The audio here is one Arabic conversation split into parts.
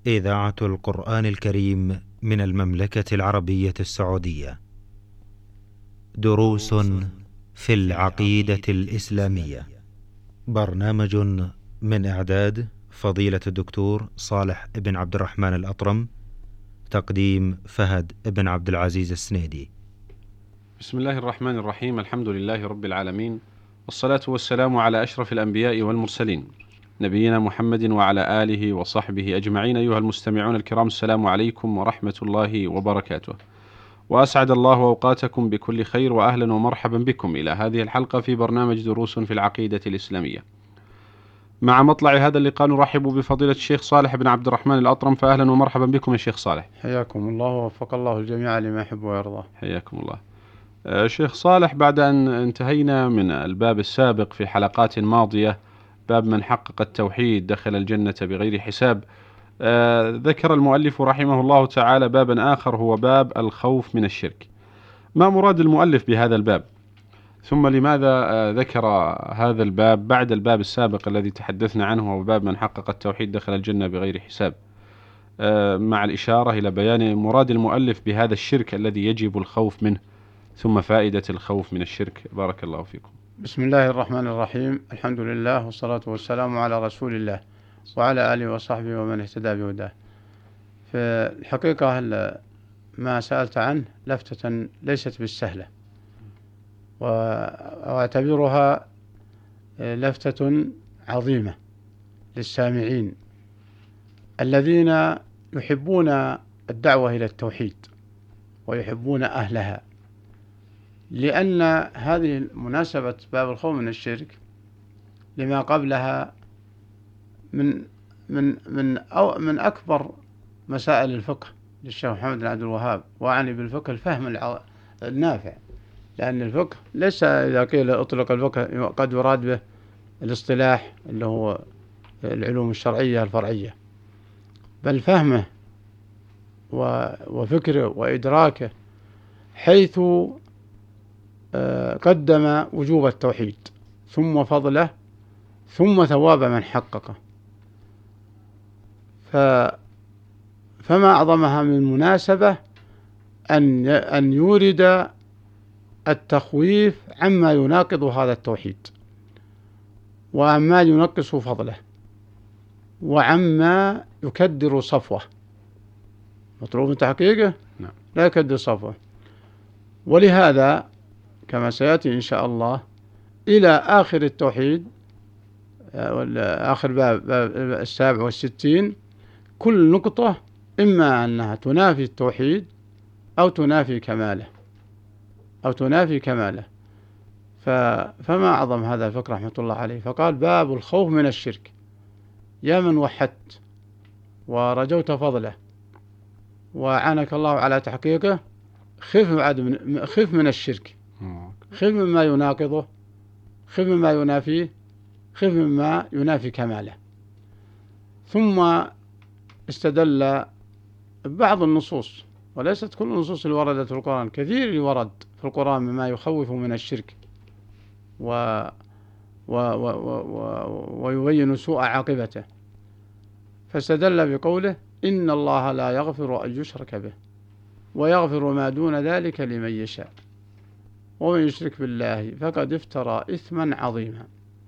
إذاعة القرآن الكريم من المملكة العربية السعودية. دروس في العقيدة الإسلامية. برنامج من إعداد فضيلة الدكتور صالح بن عبد الرحمن الأطرم. تقديم فهد بن عبد العزيز السنيدي. بسم الله الرحمن الرحيم. الحمد لله رب العالمين، والصلاة والسلام على أشرف الأنبياء والمرسلين، نبينا محمد وعلى آله وصحبه أجمعين. أيها المستمعون الكرام، السلام عليكم ورحمة الله وبركاته، وأسعد الله أوقاتكم بكل خير، وأهلا ومرحبا بكم إلى هذه الحلقة في برنامج دروس في العقيدة الإسلامية. مع مطلع هذا اللقاء نرحب بفضيلة الشيخ صالح بن عبد الرحمن الأطرم، فأهلا ومرحبا بكم يا شيخ صالح. حياكم الله ووفق الله الجميع لما يحب ويرضى. حياكم الله. شيخ صالح، بعد أن انتهينا من الباب السابق في حلقات ماضية، باب من حقق التوحيد دخل الجنة بغير حساب، ذكر المؤلف رحمه الله تعالى بابا آخر هو باب الخوف من الشرك. ما مراد المؤلف بهذا الباب؟ ثم لماذا ذكر هذا الباب بعد الباب السابق الذي تحدثنا عنه وهو باب من حقق التوحيد دخل الجنة بغير حساب، مع الإشارة إلى بيان مراد المؤلف بهذا الشرك الذي يجب الخوف منه، ثم فائدة الخوف من الشرك. بارك الله فيكم. بسم الله الرحمن الرحيم. الحمد لله والصلاة والسلام على رسول الله وعلى آله وصحبه ومن اهتدى بهداه. في الحقيقة ما سألت عنه لفتة ليست بالسهلة، وأعتبرها لفتة عظيمة للسامعين الذين يحبون الدعوة إلى التوحيد ويحبون أهلها، لأن هذه مناسبة باب الخوف من الشرك لما قبلها من أكبر مسائل الفقه للشيخ محمد بن عبد الوهاب، وأعني بالفقه الفهم النافع، لأن الفقه ليس إذا قيل أطلق الفقه قد يراد به الاصطلاح اللي هو العلوم الشرعية الفرعية، بل فهمه وفكره وإدراكه، حيث قدم وجوب التوحيد ثم فضله ثم ثواب من حققه، فما أعظمها من مناسبة أن يورد التخويف عما يناقض هذا التوحيد، وعما ينقص فضله، وعما يكدر صفوه. مطلوب تحقيقه لا يكدر صفوه. ولهذا كما سيأتي إن شاء الله إلى آخر التوحيد، آخر باب 67، كل نقطة إما أنها تنافي التوحيد أو تنافي كماله فما أعظم هذا الفقه رحمة الله عليه. فقال باب الخوف من الشرك. يا من وحدت ورجوت فضله وعانك الله على تحقيقه، خف من الشرك، خف مما يناقضه، خف مما ينافيه، خف مما ينافي كماله. ثم استدل بعض النصوص، وليست كل النصوص اللي وردت في القرآن، كثير اللي ورد في القرآن مما يخوف من الشرك ويبين سوء عاقبته، فاستدل بقوله إن الله لا يغفر أن يشرك به ويغفر ما دون ذلك لمن يشاء ومن يشرك بالله فقد افترى إثما عظيما.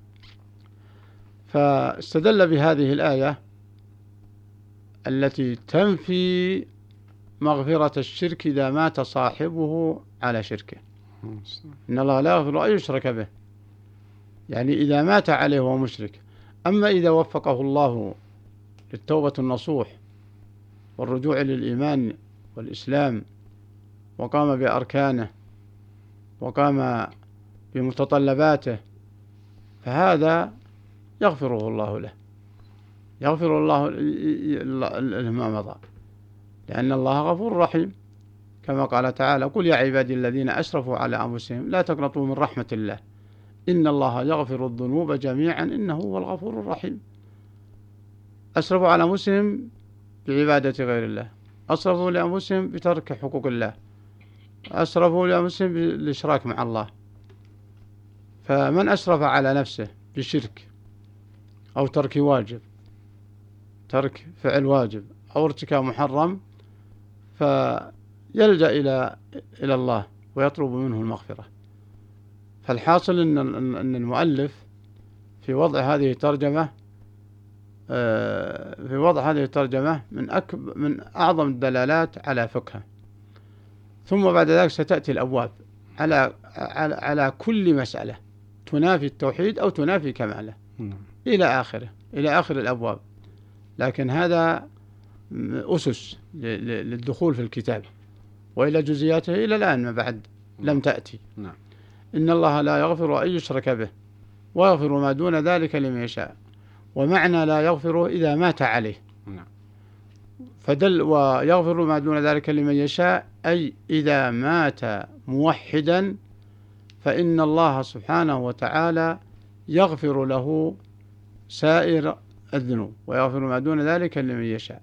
فاستدل بهذه الآية التي تنفي مغفرة الشرك إذا مات صاحبه على شركه. إن الله لا يغفر أن يشرك به، يعني إذا مات عليه وهو مشرك. أما إذا وفقه الله للتوبة النصوح والرجوع للإيمان والإسلام وقام بأركانه وقام بمتطلباته، فهذا يغفره الله له، يغفر الله ما مضى، لأن الله غفور رحيم، كما قال تعالى قل يا عبادي الذين أسرفوا على أنفسهم لا تقنطوا من رحمة الله إن الله يغفر الذنوب جميعا إنه هو الغفور الرحيم. أسرفوا على أنفسهم بعبادة غير الله، أسرفوا لأنفسهم بترك حقوق الله، أسرفوا لأنفسهم بالإشراك مع الله. فمن أسرف على نفسه بشرك أو ترك واجب، ترك فعل واجب أو ارتكاب محرم فيلجأ إلى الله ويطلب منه المغفرة. فالحاصل أن المؤلف في وضع هذه الترجمة من أعظم الدلالات على فقهه. ثم بعد ذلك ستأتي الأبواب على كل مسألة تنافي التوحيد أو تنافي كماله إلى آخر الأبواب. لكن هذا أسس للدخول في الكتاب، وإلى جزئياته إلى الآن ما بعد لم تأتي. إن الله لا يغفر أن يشرك به ويغفر ما دون ذلك لمن يشاء، ومعنى لا يغفر إذا مات عليه. فدل ويغفر ما دون ذلك لمن يشاء، أي إذا مات موحدا فإن الله سبحانه وتعالى يغفر له سائر الذنوب ويغفر ما دون ذلك لمن يشاء.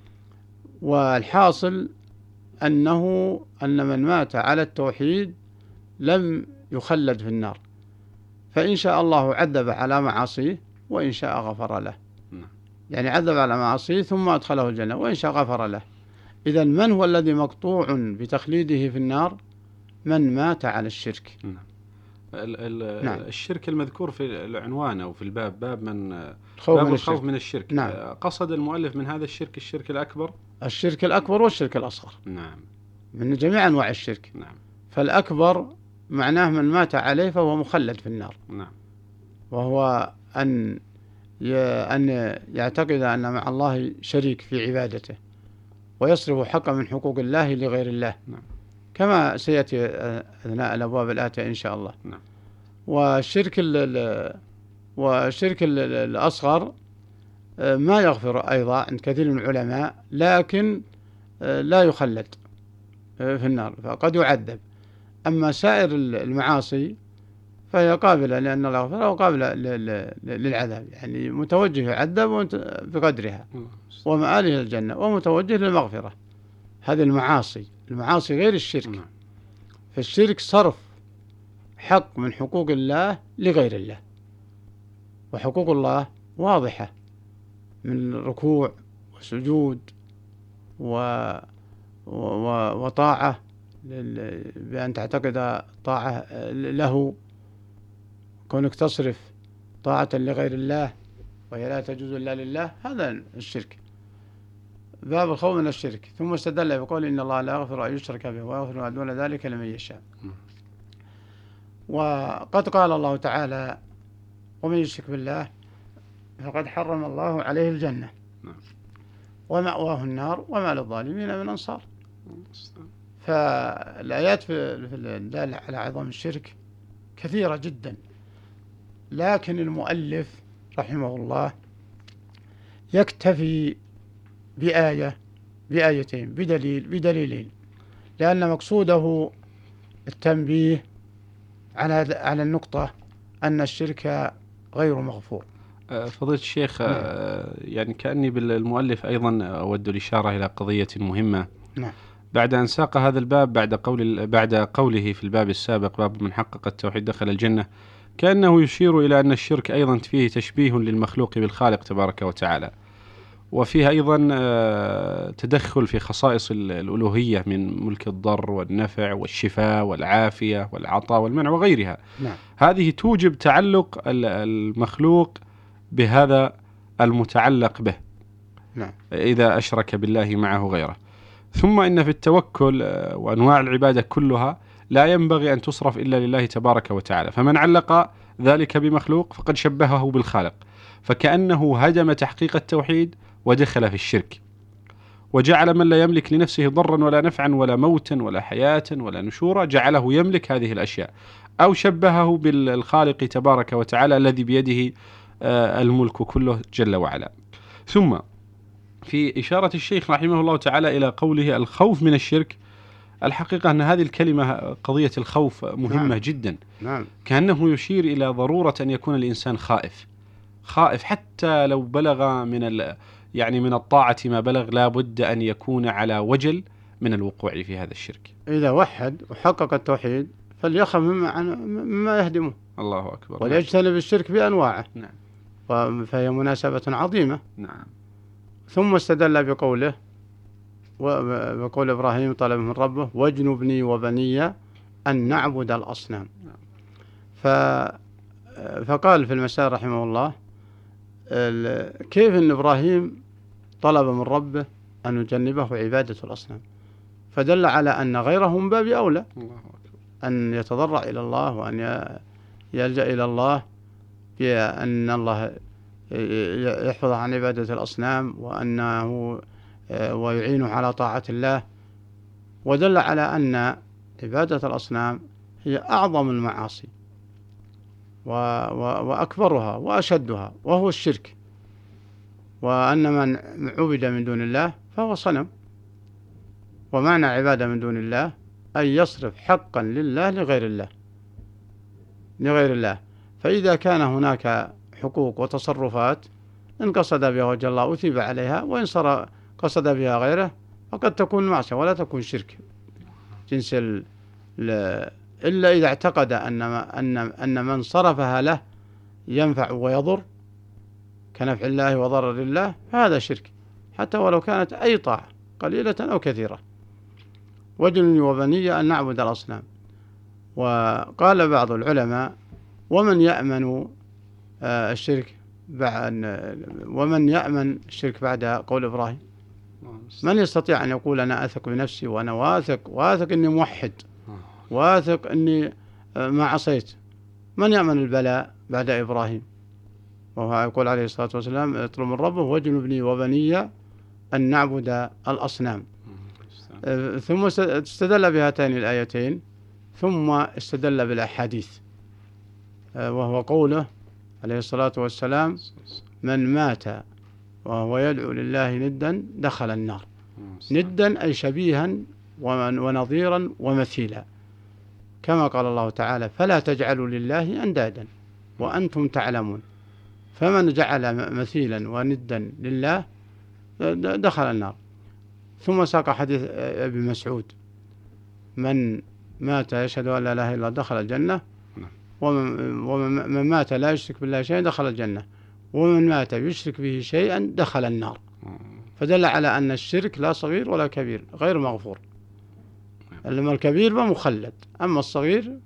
والحاصل أن من مات على التوحيد لم يخلد في النار، فإن شاء الله عذب على معاصيه وإن شاء غفر له. يعني عذب على معاصيه ثم أدخله الجنة وإن شاء غفر له. إذن من هو الذي مقطوع بتخليده في النار؟ من مات على الشرك. نعم. الشرك المذكور في العنوان أو في الباب باب الخوف من الشرك. نعم. قصد المؤلف من هذا الشرك الأكبر؟ الشرك الأكبر والشرك الأصغر. نعم. من جميع أنواع الشرك. نعم. فالأكبر معناه من مات عليه فهو مخلد في النار. نعم. وهو أن يعتقد أن مع الله شريك في عبادته ويصرف حقا من حقوق الله لغير الله. نعم. كما سيأتي أثناء الأبواب الآتية إن شاء الله. نعم. والشرك الأصغر ما يغفر أيضا عند كثير من العلماء، لكن لا يخلد في النار فقد يعذب. أما سائر المعاصي فهي قابلة لأن الله غفر وقابلة للعذاب، يعني متوجه يعذب بقدرها ومآله الجنة ومتوجه للمغفرة. هذه المعاصي غير الشرك. فالشرك صرف حق من حقوق الله لغير الله، وحقوق الله واضحة من ركوع وسجود وطاعة بأن تعتقد طاعة له، كونك تصرف طاعة لغير الله وهي لا تجوز إلا لله، هذا الشرك. باب الخوف من الشرك. ثم استدل بقول إن الله لا يغفر أن يشرك به ويغفر ما دون ذلك لمن يشاء. وقد قال الله تعالى ومن يشرك بالله فقد حرم الله عليه الجنة ومأواه النار وما للظالمين من أنصار. فالآيات في الدالة على عظم الشرك كثيرة جدا، لكن المؤلف رحمه الله يكتفي بآيتين بدليلين، لأن مقصوده التنبيه على النقطة أن الشرك غير مغفور. فضيلة الشيخ، يعني كأني بالمؤلف أيضا أود الإشارة إلى قضية مهمة. نعم. بعد أن ساق هذا الباب بعد قوله في الباب السابق باب من حقق التوحيد دخل الجنة، كأنه يشير إلى أن الشرك أيضا فيه تشبيه للمخلوق بالخالق تبارك وتعالى، وفيها أيضا تدخل في خصائص الألوهية من ملك الضر والنفع والشفاء والعافية والعطاء والمنع وغيرها. نعم. هذه توجب تعلق المخلوق بهذا المتعلق به. نعم. إذا أشرك بالله معه غيره. ثم إن في التوكل وأنواع العبادة كلها لا ينبغي أن تصرف إلا لله تبارك وتعالى، فمن علق ذلك بمخلوق فقد شبهه بالخالق، فكأنه هدم تحقيق التوحيد ودخل في الشرك، وجعل من لا يملك لنفسه ضرا ولا نفعا ولا موتا ولا حياة ولا نشورا جعله يملك هذه الأشياء، أو شبهه بالخالق تبارك وتعالى الذي بيده الملك كله جل وعلا. ثم في إشارة الشيخ رحمه الله تعالى إلى قوله الخوف من الشرك، الحقيقة أن هذه الكلمة قضية الخوف مهمة. نعم. جدا. نعم. كأنه يشير إلى ضرورة أن يكون الإنسان خائف حتى لو بلغ من الطاعة ما بلغ، لا بد أن يكون على وجل من الوقوع في هذا الشرك. إذا وحد وحقق التوحيد فليخف مما يهدمه. الله أكبر. وليجتنب الشرك بأنواعه. نعم. فهي مناسبة عظيمة. نعم. ثم استدل بقول إبراهيم طلب من ربه واجنبني وبني أن نعبد الأصنام. فقال في المسائل رحمه الله كيف أن إبراهيم طلب من ربه أن يجنبه عبادة الأصنام، فدل على أن غيره من باب أولى أن يتضرع إلى الله وأن يلجأ إلى الله بأن الله يحفظ عن عبادة الأصنام وأنه ويعينه على طاعة الله. ودل على أن عبادة الأصنام هي أعظم المعاصي وأكبرها وأشدها، وهو الشرك، وأن من عبد من دون الله فهو صنم. ومعنى عبادة من دون الله أن يصرف حقا لله لغير الله. فإذا كان هناك حقوق وتصرفات إن قصد بها وجه الله أثيب عليها، وإن قصد بها غيره فقد تكون معصية ولا تكون شرك جنس إلا إذا اعتقد أن من صرفها له ينفع ويضر كنفع الله وضرر الله، فهذا شرك حتى ولو كانت أي طاعة قليلة أو كثيرة. واجنبني وبني أن نعبد الأصنام. وقال بعض العلماء ومن يأمن الشرك بعد قول إبراهيم؟ من يستطيع أن يقول أنا أثق بنفسي وأنا واثق أني موحد، واثق أني ما عصيت؟ من يأمن البلاء بعد إبراهيم؟ وهو يقول عليه الصلاة والسلام اطلب من ربه واجنبني وبني أن نعبد الأصنام. ثم استدل بهاتين الآيتين، ثم استدل بالأحاديث، وهو قوله عليه الصلاة والسلام من مات وهو يدعو لله ندا دخل النار. ندا أي شبيها ونظيرا ومثيلا، كما قال الله تعالى فلا تجعلوا لله أندادا وأنتم تعلمون. فمن جعل مثيلا وندا لله دخل النار. ثم ساق حديث ابن مسعود من مات يشهد أن لا إله إلا الله دخل الجنة، ومن مات لا يشرك بالله شيئا دخل الجنة، ومن مات يشرك به شيئا دخل النار. فدل على أن الشرك لا صغير ولا كبير، غير مغفور. لما الكبير فمخلد، أما الصغير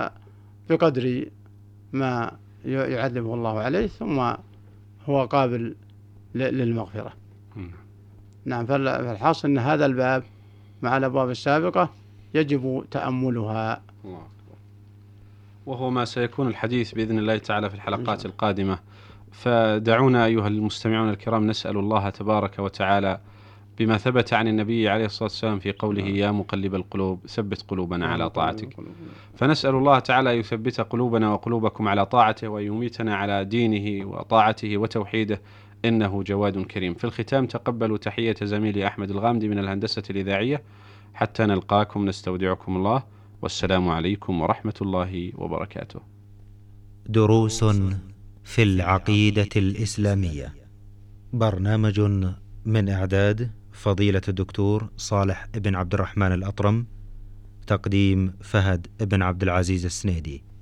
فبقدر ما يعذبه الله عليه ثم هو قابل للمغفرة. نعم. فالحاصل أن هذا الباب مع الأبواب السابقة يجب تأملها، وهو ما سيكون الحديث بإذن الله تعالى في الحلقات القادمة. فدعونا أيها المستمعون الكرام نسأل الله تبارك وتعالى بما ثبت عن النبي عليه الصلاة والسلام في قوله يا مقلب القلوب ثبت قلوبنا على طاعتك. فنسأل الله تعالى يثبت قلوبنا وقلوبكم على طاعته ويميتنا على دينه وطاعته وتوحيده، إنه جواد كريم. في الختام تقبلوا تحية زميلي أحمد الغامدي من الهندسة الإذاعية، حتى نلقاكم نستودعكم الله، والسلام عليكم ورحمة الله وبركاته. دروس في العقيدة الإسلامية، برنامج من إعداد فضيلة الدكتور صالح بن عبد الرحمن الأطرم، تقديم فهد بن عبد العزيز السنيدي.